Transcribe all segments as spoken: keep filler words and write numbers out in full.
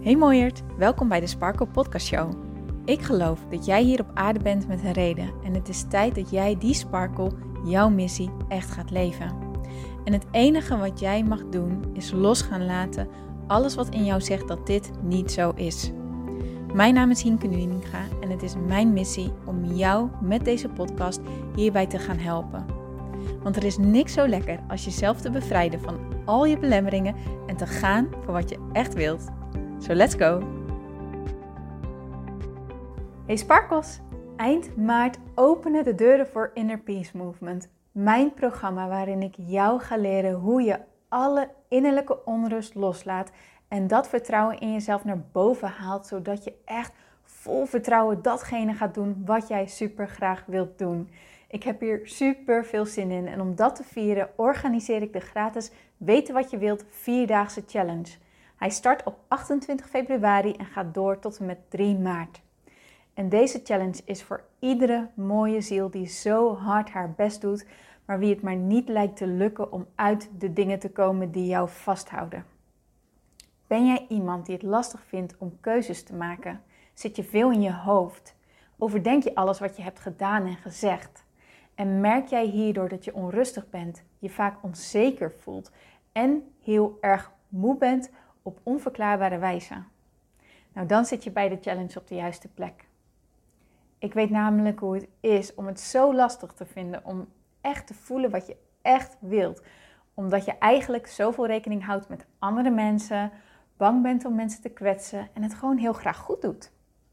Hey mooiert, welkom bij de Sparkle Podcast Show. Ik geloof dat jij hier op aarde bent met een reden en het is tijd dat jij die sparkle, jouw missie, echt gaat leven. En het enige wat jij mag doen is los gaan laten alles wat in jou zegt dat dit niet zo is. Mijn naam is Hienke Nuninga en het is mijn missie om jou met deze podcast hierbij te gaan helpen. Want er is niks zo lekker als jezelf te bevrijden van al je belemmeringen en te gaan voor wat je echt wilt. So let's go! Hey Sparkles! Eind maart openen de deuren voor Inner Peace Movement. Mijn programma waarin ik jou ga leren hoe je alle innerlijke onrust loslaat en dat vertrouwen in jezelf naar boven haalt, zodat je echt vol vertrouwen datgene gaat doen wat jij super graag wilt doen. Ik heb hier super veel zin in en om dat te vieren organiseer ik de gratis Weten wat je wilt vierdaagse challenge. Hij start op achtentwintig februari en gaat door tot en met drie maart. En deze challenge is voor iedere mooie ziel die zo hard haar best doet, maar wie het maar niet lijkt te lukken om uit de dingen te komen die jou vasthouden. Ben jij iemand die het lastig vindt om keuzes te maken? Zit je veel in je hoofd? Overdenk je alles wat je hebt gedaan en gezegd? En merk jij hierdoor dat je onrustig bent, je vaak onzeker voelt en heel erg moe bent op onverklaarbare wijze? Nou, dan zit je bij de challenge op de juiste plek. Ik weet namelijk hoe het is om het zo lastig te vinden om echt te voelen wat je echt wilt. Omdat je eigenlijk zoveel rekening houdt met andere mensen, bang bent om mensen te kwetsen en het gewoon heel graag goed doet.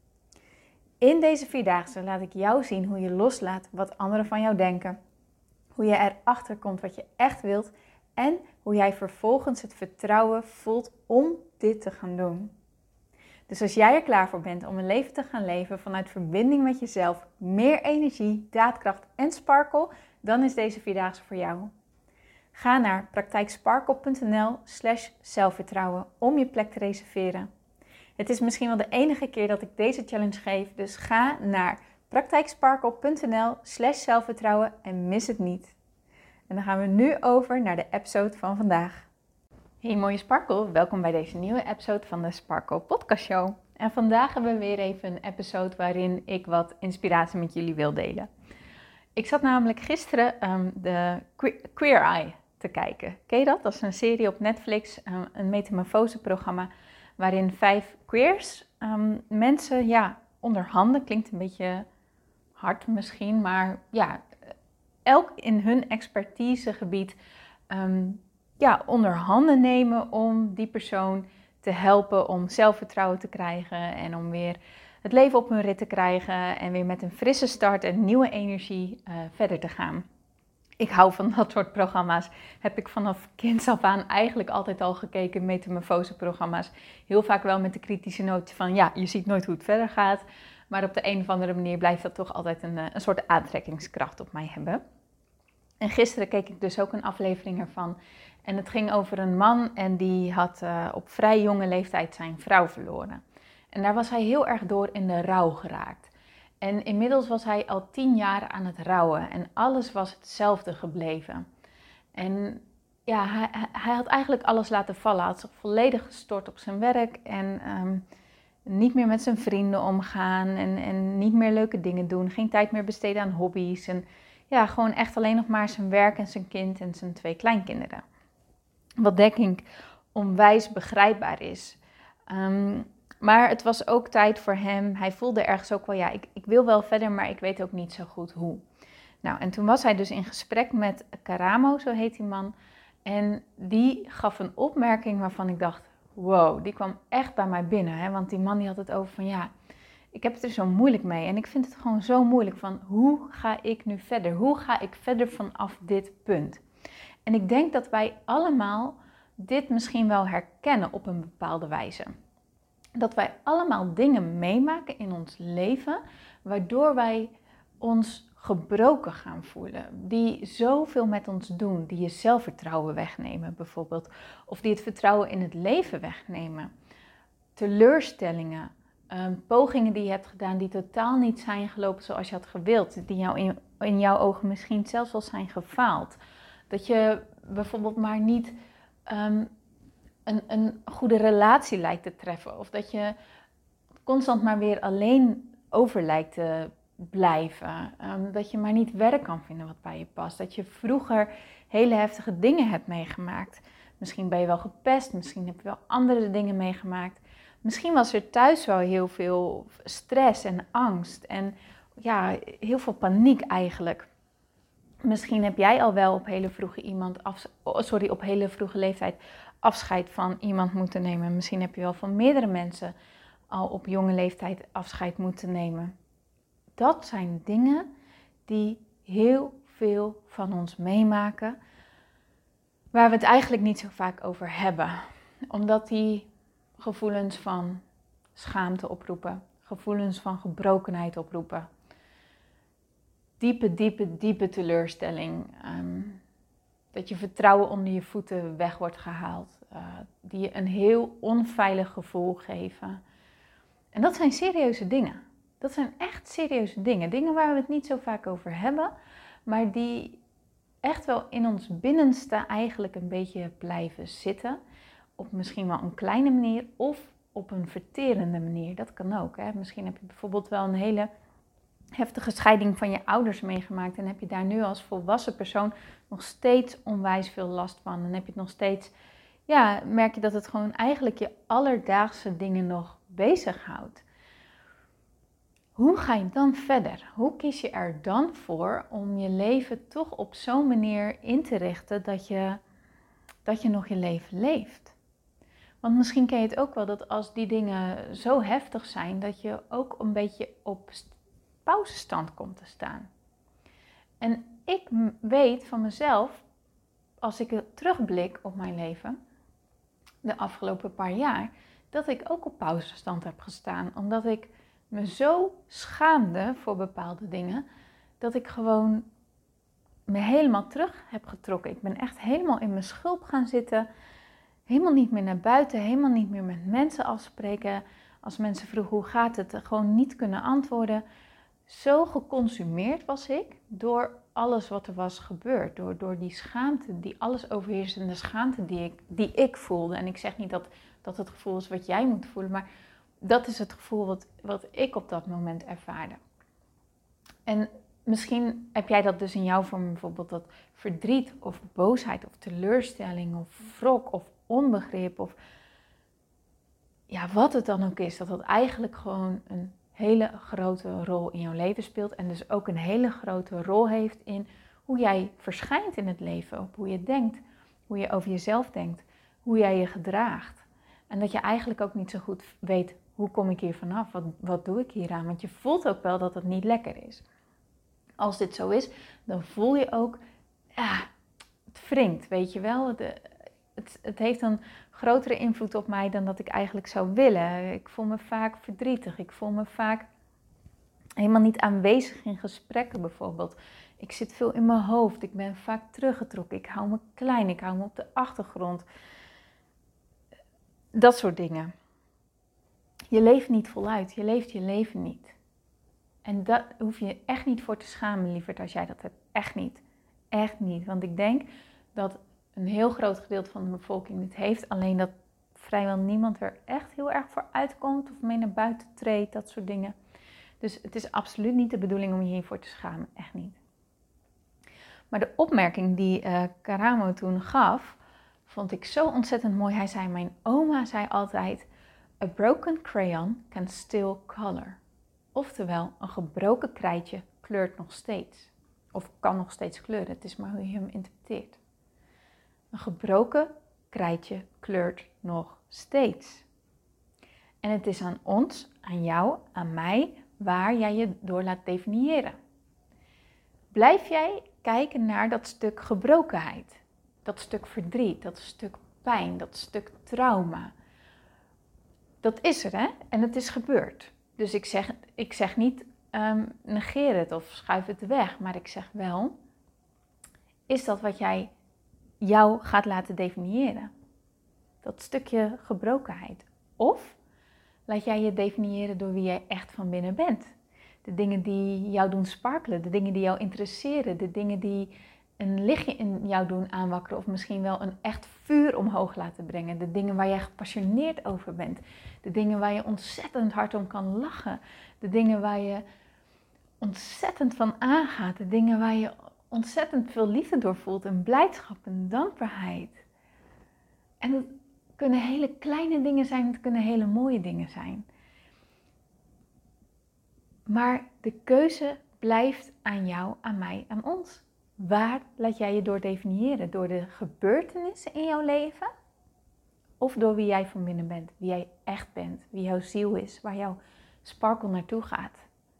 In deze vierdaagse laat ik jou zien hoe je loslaat wat anderen van jou denken. Hoe je erachter komt wat je echt wilt en hoe jij vervolgens het vertrouwen voelt om dit te gaan doen. Dus als jij er klaar voor bent om een leven te gaan leven vanuit verbinding met jezelf, meer energie, daadkracht en sparkle, dan is deze vierdaagse voor jou. Ga naar praktijksparkle.nl slash zelfvertrouwen om je plek te reserveren. Het is misschien wel de enige keer dat ik deze challenge geef, dus ga naar praktijksparkle.nl slash zelfvertrouwen en mis het niet. En dan gaan we nu over naar de episode van vandaag. Hey mooie Sparkle, welkom bij deze nieuwe episode van de Sparkle Podcast Show. En vandaag hebben we weer even een episode waarin ik wat inspiratie met jullie wil delen. Ik zat namelijk gisteren um, de Queer Eye te kijken. Ken je dat? Dat is een serie op Netflix, um, een metamorfoseprogramma waarin vijf queers, um, mensen, ja, onder handen, klinkt een beetje hard misschien, maar ja, elk in hun expertisegebied um, ja, onder handen nemen om die persoon te helpen om zelfvertrouwen te krijgen en om weer het leven op hun rit te krijgen en weer met een frisse start en nieuwe energie uh, verder te gaan. Ik hou van dat soort programma's. Heb ik vanaf kinds af aan eigenlijk altijd al gekeken, metamorfoseprogramma's. Heel vaak wel met de kritische noot van ja, je ziet nooit hoe het verder gaat. Maar op de een of andere manier blijft dat toch altijd een, een soort aantrekkingskracht op mij hebben. En gisteren keek ik dus ook een aflevering ervan. En het ging over een man en die had uh, op vrij jonge leeftijd zijn vrouw verloren. En daar was hij heel erg door in de rouw geraakt. En inmiddels was hij al tien jaar aan het rouwen en alles was hetzelfde gebleven. En ja, hij, hij had eigenlijk alles laten vallen. Hij had zich volledig gestort op zijn werk en um, niet meer met zijn vrienden omgaan en, en niet meer leuke dingen doen. Geen tijd meer besteden aan hobby's en ja, gewoon echt alleen nog maar zijn werk en zijn kind en zijn twee kleinkinderen. Wat denk ik onwijs begrijpbaar is. Um, Maar het was ook tijd voor hem. Hij voelde ergens ook wel, ja, ik, ik wil wel verder, maar ik weet ook niet zo goed hoe. Nou, en toen was hij dus in gesprek met Karamo, zo heet die man. En die gaf een opmerking waarvan ik dacht, wow, die kwam echt bij mij binnen. Hè? Want die man die had het over van, ja, ik heb het er zo moeilijk mee. En ik vind het gewoon zo moeilijk van, hoe ga ik nu verder? Hoe ga ik verder vanaf dit punt? En ik denk dat wij allemaal dit misschien wel herkennen op een bepaalde wijze. Dat wij allemaal dingen meemaken in ons leven, waardoor wij ons gebroken gaan voelen. Die zoveel met ons doen, die je zelfvertrouwen wegnemen bijvoorbeeld. Of die het vertrouwen in het leven wegnemen. Teleurstellingen, um, pogingen die je hebt gedaan die totaal niet zijn gelopen zoals je had gewild. Die jou in, in jouw ogen misschien zelfs wel zijn gefaald. Dat je bijvoorbeeld maar niet... Um, een, een goede relatie lijkt te treffen. Of dat je constant maar weer alleen over lijkt te blijven. Um, dat je maar niet werk kan vinden wat bij je past. Dat je vroeger hele heftige dingen hebt meegemaakt. Misschien ben je wel gepest, misschien heb je wel andere dingen meegemaakt. Misschien was er thuis wel heel veel stress en angst en ja, heel veel paniek eigenlijk. Misschien heb jij al wel op hele vroege, iemand af, sorry, op hele vroege leeftijd afscheid van iemand moeten nemen. Misschien heb je wel van meerdere mensen al op jonge leeftijd afscheid moeten nemen. Dat zijn dingen die heel veel van ons meemaken, waar we het eigenlijk niet zo vaak over hebben. Omdat die gevoelens van schaamte oproepen, gevoelens van gebrokenheid oproepen. Diepe, diepe, diepe teleurstelling. Um, dat je vertrouwen onder je voeten weg wordt gehaald. Uh, die je een heel onveilig gevoel geven. En dat zijn serieuze dingen. Dat zijn echt serieuze dingen. Dingen waar we het niet zo vaak over hebben. Maar die echt wel in ons binnenste eigenlijk een beetje blijven zitten. Op misschien wel een kleine manier of op een verterende manier. Dat kan ook. Hè? Misschien heb je bijvoorbeeld wel een hele heftige scheiding van je ouders meegemaakt. En heb je daar nu als volwassen persoon nog steeds onwijs veel last van. Dan heb je het nog steeds, ja, merk je dat het gewoon eigenlijk je alledaagse dingen nog bezighoudt. Hoe ga je dan verder? Hoe kies je er dan voor om je leven toch op zo'n manier in te richten dat je, dat je nog je leven leeft? Want misschien ken je het ook wel dat als die dingen zo heftig zijn, dat je ook een beetje op pauzestand komt te staan. En ik weet van mezelf, als ik terugblik op mijn leven, de afgelopen paar jaar, dat ik ook op pauzestand heb gestaan. Omdat ik me zo schaamde voor bepaalde dingen, dat ik gewoon me helemaal terug heb getrokken. Ik ben echt helemaal in mijn schulp gaan zitten. Helemaal niet meer naar buiten, helemaal niet meer met mensen afspreken. Als mensen vroegen hoe gaat het, gewoon niet kunnen antwoorden. Zo geconsumeerd was ik door alles wat er was gebeurd. Door, door die schaamte, die alles overheersende schaamte die ik, die ik voelde. En ik zeg niet dat dat het gevoel is wat jij moet voelen, maar dat is het gevoel wat, wat ik op dat moment ervaarde. En misschien heb jij dat dus in jouw vorm, bijvoorbeeld dat verdriet of boosheid of teleurstelling of wrok of onbegrip of ja, wat het dan ook is. Dat dat eigenlijk gewoon een hele grote rol in jouw leven speelt. En dus ook een hele grote rol heeft in hoe jij verschijnt in het leven. Op hoe je denkt, hoe je over jezelf denkt, hoe jij je gedraagt. En dat je eigenlijk ook niet zo goed weet, hoe kom ik hier vanaf? Wat, wat doe ik hier aan? Want je voelt ook wel dat het niet lekker is. Als dit zo is, dan voel je ook, ja, het wringt, weet je wel. De, het, het heeft een grotere invloed op mij dan dat ik eigenlijk zou willen. Ik voel me vaak verdrietig. Ik voel me vaak helemaal niet aanwezig in gesprekken bijvoorbeeld. Ik zit veel in mijn hoofd. Ik ben vaak teruggetrokken. Ik hou me klein. Ik hou me op de achtergrond. Dat soort dingen. Je leeft niet voluit. Je leeft je leven niet. En daar hoef je je echt niet voor te schamen, lieverd, als jij dat hebt. Echt niet. Echt niet. Want ik denk dat een heel groot gedeelte van de bevolking dit heeft. Alleen dat vrijwel niemand er echt heel erg voor uitkomt of mee naar buiten treedt, dat soort dingen. Dus het is absoluut niet de bedoeling om je hiervoor te schamen. Echt niet. Maar de opmerking die uh, Karamo toen gaf, vond ik zo ontzettend mooi. Hij zei, mijn oma zei altijd, a broken crayon can still color. Oftewel, een gebroken krijtje kleurt nog steeds. Of kan nog steeds kleuren. Het is maar hoe je hem interpreteert. Een gebroken krijtje kleurt nog steeds. En het is aan ons, aan jou, aan mij, waar jij je door laat definiëren. Blijf jij kijken naar dat stuk gebrokenheid, dat stuk verdriet, dat stuk pijn, dat stuk trauma. Dat is er, hè? En het is gebeurd. Dus ik zeg, ik zeg niet um, negeer het of schuif het weg, maar ik zeg wel, is dat wat jij jou gaat laten definiëren? Dat stukje gebrokenheid. Of laat jij je definiëren door wie jij echt van binnen bent? De dingen die jou doen sparkelen, de dingen die jou interesseren, de dingen die een lichtje in jou doen aanwakkeren of misschien wel een echt vuur omhoog laten brengen. De dingen waar jij gepassioneerd over bent. De dingen waar je ontzettend hard om kan lachen. De dingen waar je ontzettend van aangaat. De dingen waar je ontzettend veel liefde door voelt en blijdschap en dankbaarheid. En het kunnen hele kleine dingen zijn, het kunnen hele mooie dingen zijn. Maar de keuze blijft aan jou, aan mij, aan ons. Waar laat jij je door definiëren? Door de gebeurtenissen in jouw leven? Of door wie jij van binnen bent? Wie jij echt bent? Wie jouw ziel is? Waar jouw sparkle naartoe gaat?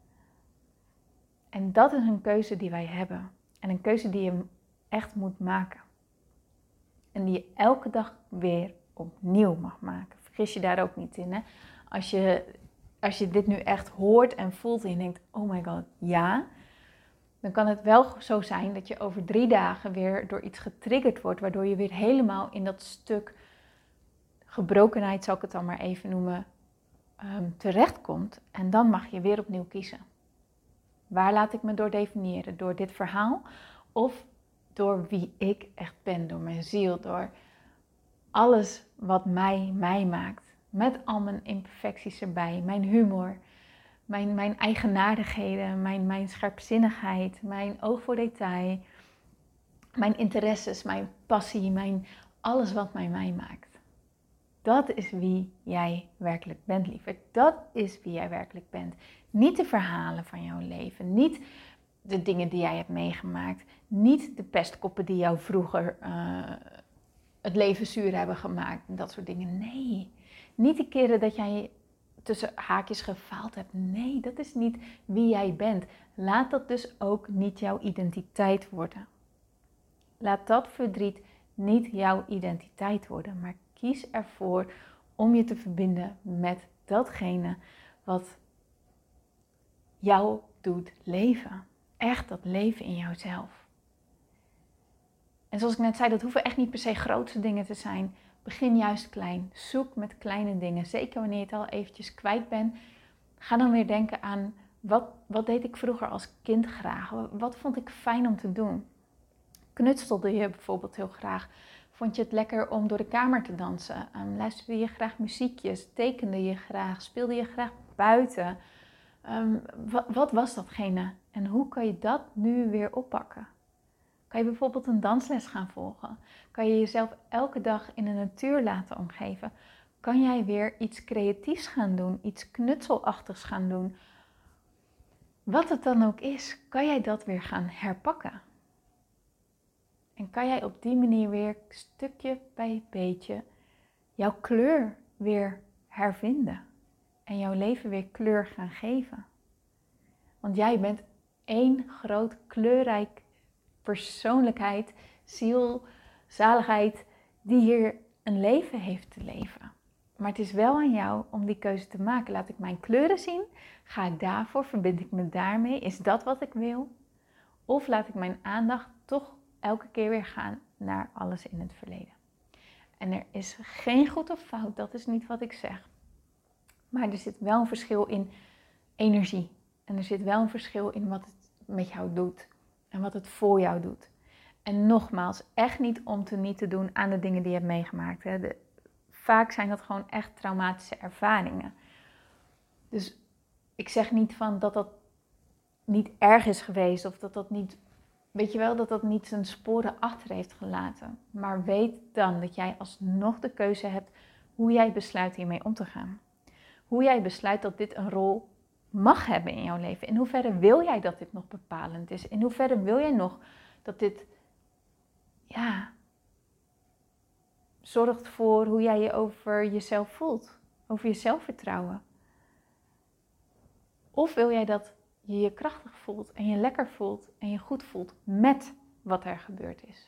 En dat is een keuze die wij hebben. En een keuze die je echt moet maken. En die je elke dag weer opnieuw mag maken. Vergis je daar ook niet in. Hè? Als je, als je dit nu echt hoort en voelt en je denkt, oh my god, ja. Dan kan het wel zo zijn dat je over drie dagen weer door iets getriggerd wordt. Waardoor je weer helemaal in dat stuk gebrokenheid, zal ik het dan maar even noemen, um, terechtkomt. En dan mag je weer opnieuw kiezen. Waar laat ik me door definiëren? Door dit verhaal of door wie ik echt ben, door mijn ziel, door alles wat mij, mij maakt. Met al mijn imperfecties erbij, mijn humor, mijn, mijn eigenaardigheden, mijn, mijn scherpzinnigheid, mijn oog voor detail, mijn interesses, mijn passie, mijn, alles wat mij, mij maakt. Dat is wie jij werkelijk bent, lieverd. Dat is wie jij werkelijk bent. Niet de verhalen van jouw leven, niet de dingen die jij hebt meegemaakt, niet de pestkoppen die jou vroeger uh, het leven zuur hebben gemaakt en dat soort dingen. Nee, niet de keren dat jij tussen haakjes gefaald hebt. Nee, dat is niet wie jij bent. Laat dat dus ook niet jouw identiteit worden. Laat dat verdriet niet jouw identiteit worden, maar kies ervoor om je te verbinden met datgene wat jou doet leven. Echt dat leven in jouzelf. En zoals ik net zei, dat hoeven echt niet per se grootste dingen te zijn. Begin juist klein. Zoek met kleine dingen. Zeker wanneer je het al eventjes kwijt bent. Ga dan weer denken aan, wat, wat deed ik vroeger als kind graag? Wat vond ik fijn om te doen? Knutselde je bijvoorbeeld heel graag? Vond je het lekker om door de kamer te dansen? Um, luisterde je graag muziekjes? Tekende je graag? Speelde je graag buiten? Um, wat, wat was datgene? En hoe kan je dat nu weer oppakken? Kan je bijvoorbeeld een dansles gaan volgen? Kan je jezelf elke dag in de natuur laten omgeven? Kan jij weer iets creatiefs gaan doen? Iets knutselachtigs gaan doen? Wat het dan ook is, kan jij dat weer gaan herpakken? En kan jij op die manier weer stukje bij beetje jouw kleur weer hervinden? En jouw leven weer kleur gaan geven? Want jij bent één groot kleurrijk persoonlijkheid, ziel, zaligheid, die hier een leven heeft te leven. Maar het is wel aan jou om die keuze te maken. Laat ik mijn kleuren zien? Ga ik daarvoor? Verbind ik me daarmee? Is dat wat ik wil? Of laat ik mijn aandacht toch elke keer weer gaan naar alles in het verleden? En er is geen goed of fout, dat is niet wat ik zeg. Maar er zit wel een verschil in energie. En er zit wel een verschil in wat het met jou doet. En wat het voor jou doet. En nogmaals, echt niet om te niet te doen aan de dingen die je hebt meegemaakt. Hè. De, vaak zijn dat gewoon echt traumatische ervaringen. Dus ik zeg niet van dat dat niet erg is geweest. Of dat dat niet, weet je wel, dat dat niet zijn sporen achter heeft gelaten. Maar weet dan dat jij alsnog de keuze hebt hoe jij besluit hiermee om te gaan. Hoe jij besluit dat dit een rol mag hebben in jouw leven. In hoeverre wil jij dat dit nog bepalend is? In hoeverre wil jij nog dat dit, ja, zorgt voor hoe jij je over jezelf voelt? Over je zelfvertrouwen? Of wil jij dat je je krachtig voelt en je lekker voelt en je goed voelt met wat er gebeurd is?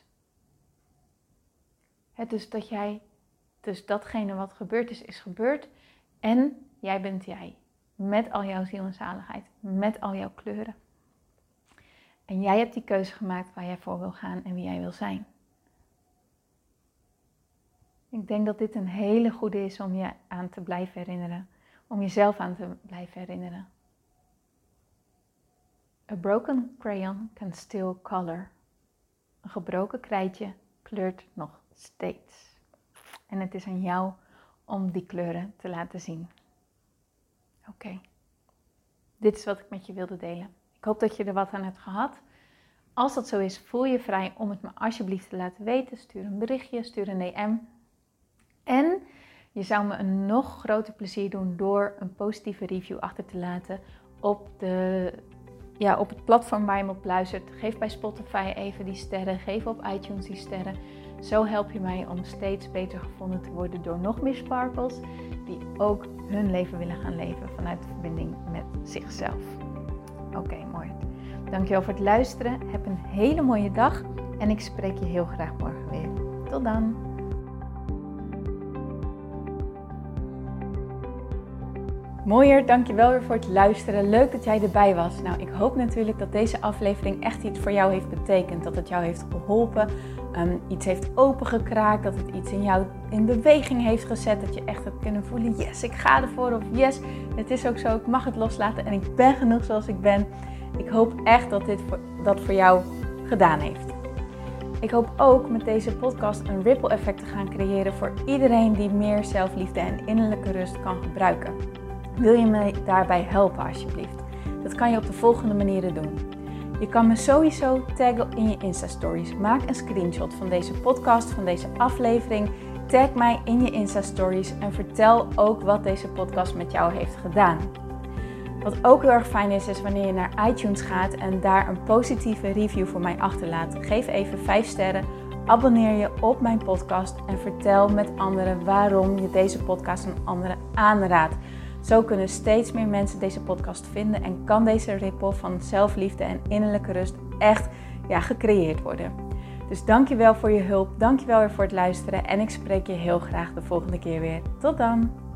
Het dus dat jij, dus datgene wat gebeurd is, is gebeurd en jij bent jij. Met al jouw ziel en zaligheid. Met al jouw kleuren. En jij hebt die keuze gemaakt waar jij voor wil gaan en wie jij wil zijn. Ik denk dat dit een hele goede is om je aan te blijven herinneren. Om jezelf aan te blijven herinneren. A broken crayon can still color. Een gebroken krijtje kleurt nog steeds. En het is aan jou om die kleuren te laten zien. Oké. Okay. Dit is wat ik met je wilde delen. Ik hoop dat je er wat aan hebt gehad. Als dat zo is, voel je vrij om het me alsjeblieft te laten weten. Stuur een berichtje, stuur een D M. En je zou me een nog groter plezier doen door een positieve review achter te laten op, de, ja, op het platform waar je me op luistert. Geef bij Spotify even die sterren, geef op iTunes die sterren. Zo help je mij om steeds beter gevonden te worden door nog meer sparkles die ook hun leven willen gaan leven vanuit de verbinding met zichzelf. Oké, okay, mooi. Dankjewel voor het luisteren. Heb een hele mooie dag en ik spreek je heel graag morgen weer. Tot dan. Mooier, dankjewel weer voor het luisteren. Leuk dat jij erbij was. Nou, ik hoop natuurlijk dat deze aflevering echt iets voor jou heeft betekend. Dat het jou heeft geholpen, um, iets heeft opengekraakt, dat het iets in jou in beweging heeft gezet. Dat je echt hebt kunnen voelen, yes, ik ga ervoor. Of yes, het is ook zo, ik mag het loslaten en ik ben genoeg zoals ik ben. Ik hoop echt dat dit voor, dat voor jou gedaan heeft. Ik hoop ook met deze podcast een ripple effect te gaan creëren voor iedereen die meer zelfliefde en innerlijke rust kan gebruiken. Wil je me daarbij helpen alsjeblieft? Dat kan je op de volgende manieren doen. Je kan me sowieso taggen in je Insta-stories. Maak een screenshot van deze podcast, van deze aflevering. Tag mij in je Insta-stories en vertel ook wat deze podcast met jou heeft gedaan. Wat ook heel erg fijn is, is wanneer je naar iTunes gaat en daar een positieve review voor mij achterlaat. Geef even vijf sterren, abonneer je op mijn podcast en vertel met anderen waarom je deze podcast aan anderen aanraadt. Zo kunnen steeds meer mensen deze podcast vinden en kan deze ripple van zelfliefde en innerlijke rust echt ja, gecreëerd worden. Dus dankjewel voor je hulp, dankjewel weer voor het luisteren en ik spreek je heel graag de volgende keer weer. Tot dan!